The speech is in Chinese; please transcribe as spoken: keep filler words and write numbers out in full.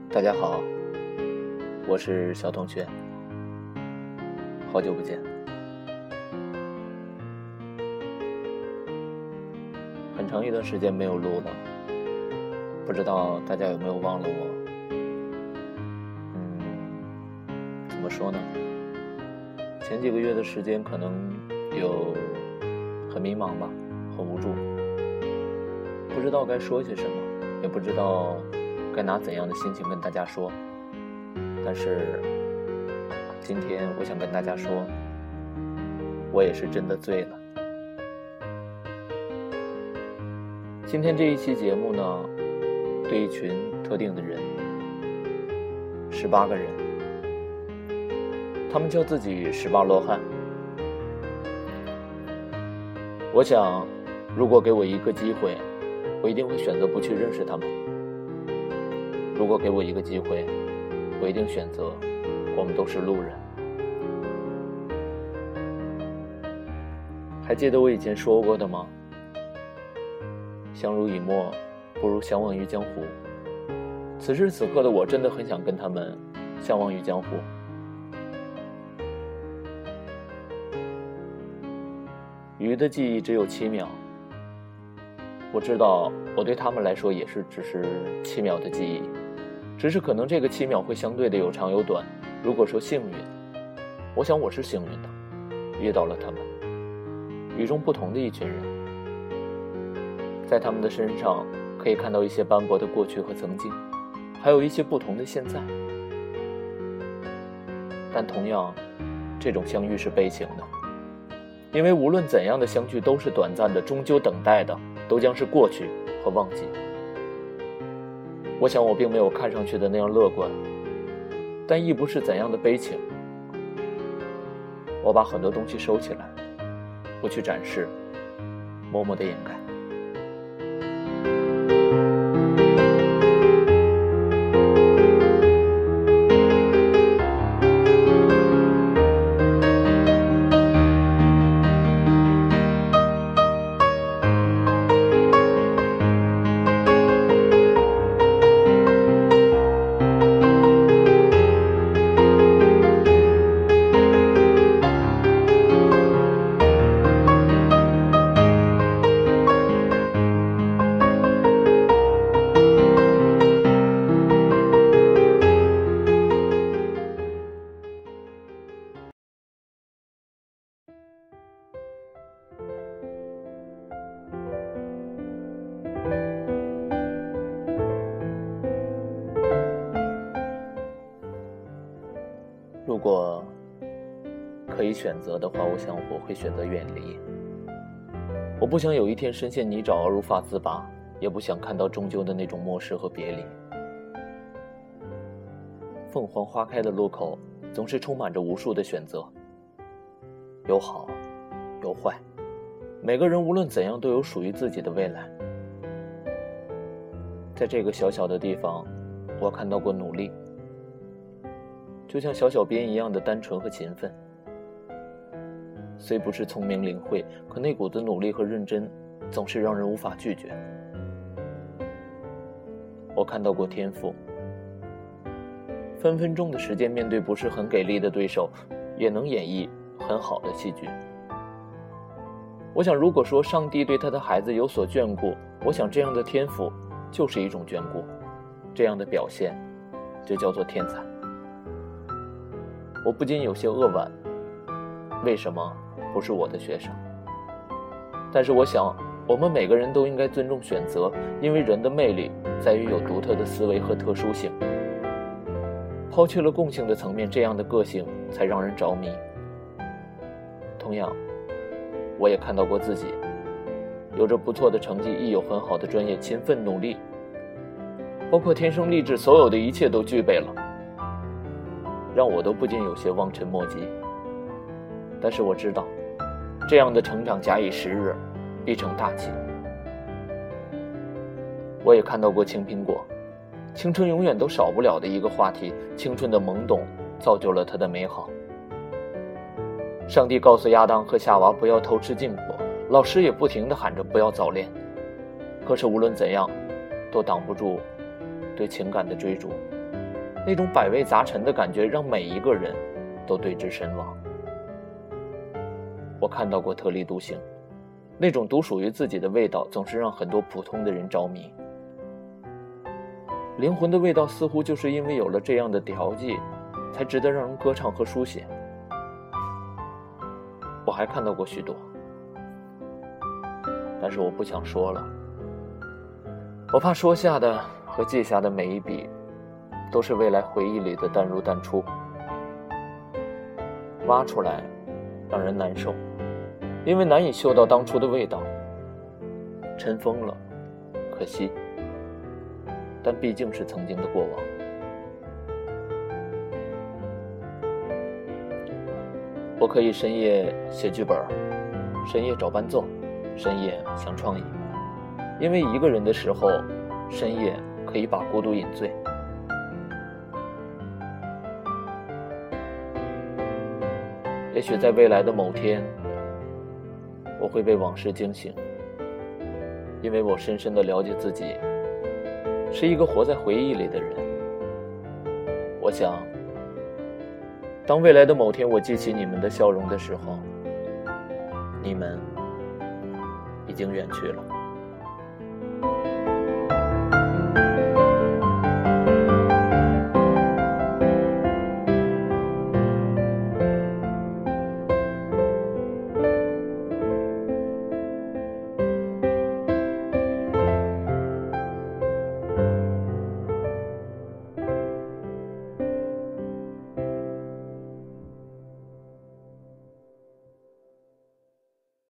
大家好，我是小同学，好久不见。很长一段时间没有录了，不知道大家有没有忘了我。嗯，怎么说呢？前几个月的时间可能有很迷茫吧，很无助，不知道该说些什么，也不知道该拿怎样的心情跟大家说。但是今天我想跟大家说，我也是真的醉了。今天这一期节目呢，对一群特定的人，十八个人，他们叫自己十八罗汉。我想如果给我一个机会，我一定会选择不去认识他们。如果给我一个机会，我一定选择我们都是路人。还记得我以前说过的吗？相濡以沫不如相忘于江湖。此时此刻的我真的很想跟他们相忘于江湖。鱼的记忆只有七秒，我知道我对他们来说也是只是七秒的记忆，只是可能这个七秒会相对的有长有短。如果说幸运，我想我是幸运的，遇到了他们，与众不同的一群人。在他们的身上可以看到一些斑驳的过去和曾经，还有一些不同的现在。但同样，这种相遇是悲情的，因为无论怎样的相聚都是短暂的，终究等待的都将是过去和忘记。我想我并没有看上去的那样乐观，但亦不是怎样的悲情。我把很多东西收起来，不去展示，默默地掩盖。如果可以选择的话，我想我会选择远离。我不想有一天深陷泥沼而无法自拔，也不想看到终究的那种漠视和别离。凤凰花开的路口总是充满着无数的选择，有好有坏，每个人无论怎样都有属于自己的未来。在这个小小的地方，我看到过努力，就像小小编一样的单纯和勤奋。虽不是聪明领会，可那股子努力和认真总是让人无法拒绝。我看到过天赋，分分钟的时间面对不是很给力的对手，也能演绎很好的戏剧。我想如果说上帝对他的孩子有所眷顾，我想这样的天赋就是一种眷顾，这样的表现就叫做天才。我不禁有些扼腕，为什么不是我的学生？但是我想我们每个人都应该尊重选择，因为人的魅力在于有独特的思维和特殊性。抛弃了共性的层面，这样的个性才让人着迷。同样，我也看到过自己有着不错的成绩，亦有很好的专业，勤奋努力，包括天生丽质，所有的一切都具备了，让我都不禁有些望尘莫及。但是我知道，这样的成长假以时日，必成大器。我也看到过青苹果，青春永远都少不了的一个话题，青春的懵懂造就了它的美好。上帝告诉亚当和夏娃不要偷吃禁果，老师也不停地喊着不要早恋。可是无论怎样，都挡不住对情感的追逐。 那种百味杂陈的感觉让每一个人都对之神往。我看到过特立独行，那种独属于自己的味道总是让很多普通的人着迷。灵魂的味道似乎就是因为有了这样的调剂，才值得让人歌唱和书写。我还看到过许多，但是我不想说了，我怕说下的和记下的每一笔都是未来回忆里的淡入淡出，挖出来让人难受，因为难以嗅到当初的味道。尘封了，可惜，但毕竟是曾经的过往。我可以深夜写剧本，深夜找伴奏，深夜想创意，因为一个人的时候，深夜可以把孤独饮醉。也许在未来的某天，我会被往事惊醒，因为我深深地了解自己是一个活在回忆里的人。我想，当未来的某天我记起你们的笑容的时候，你们已经远去了。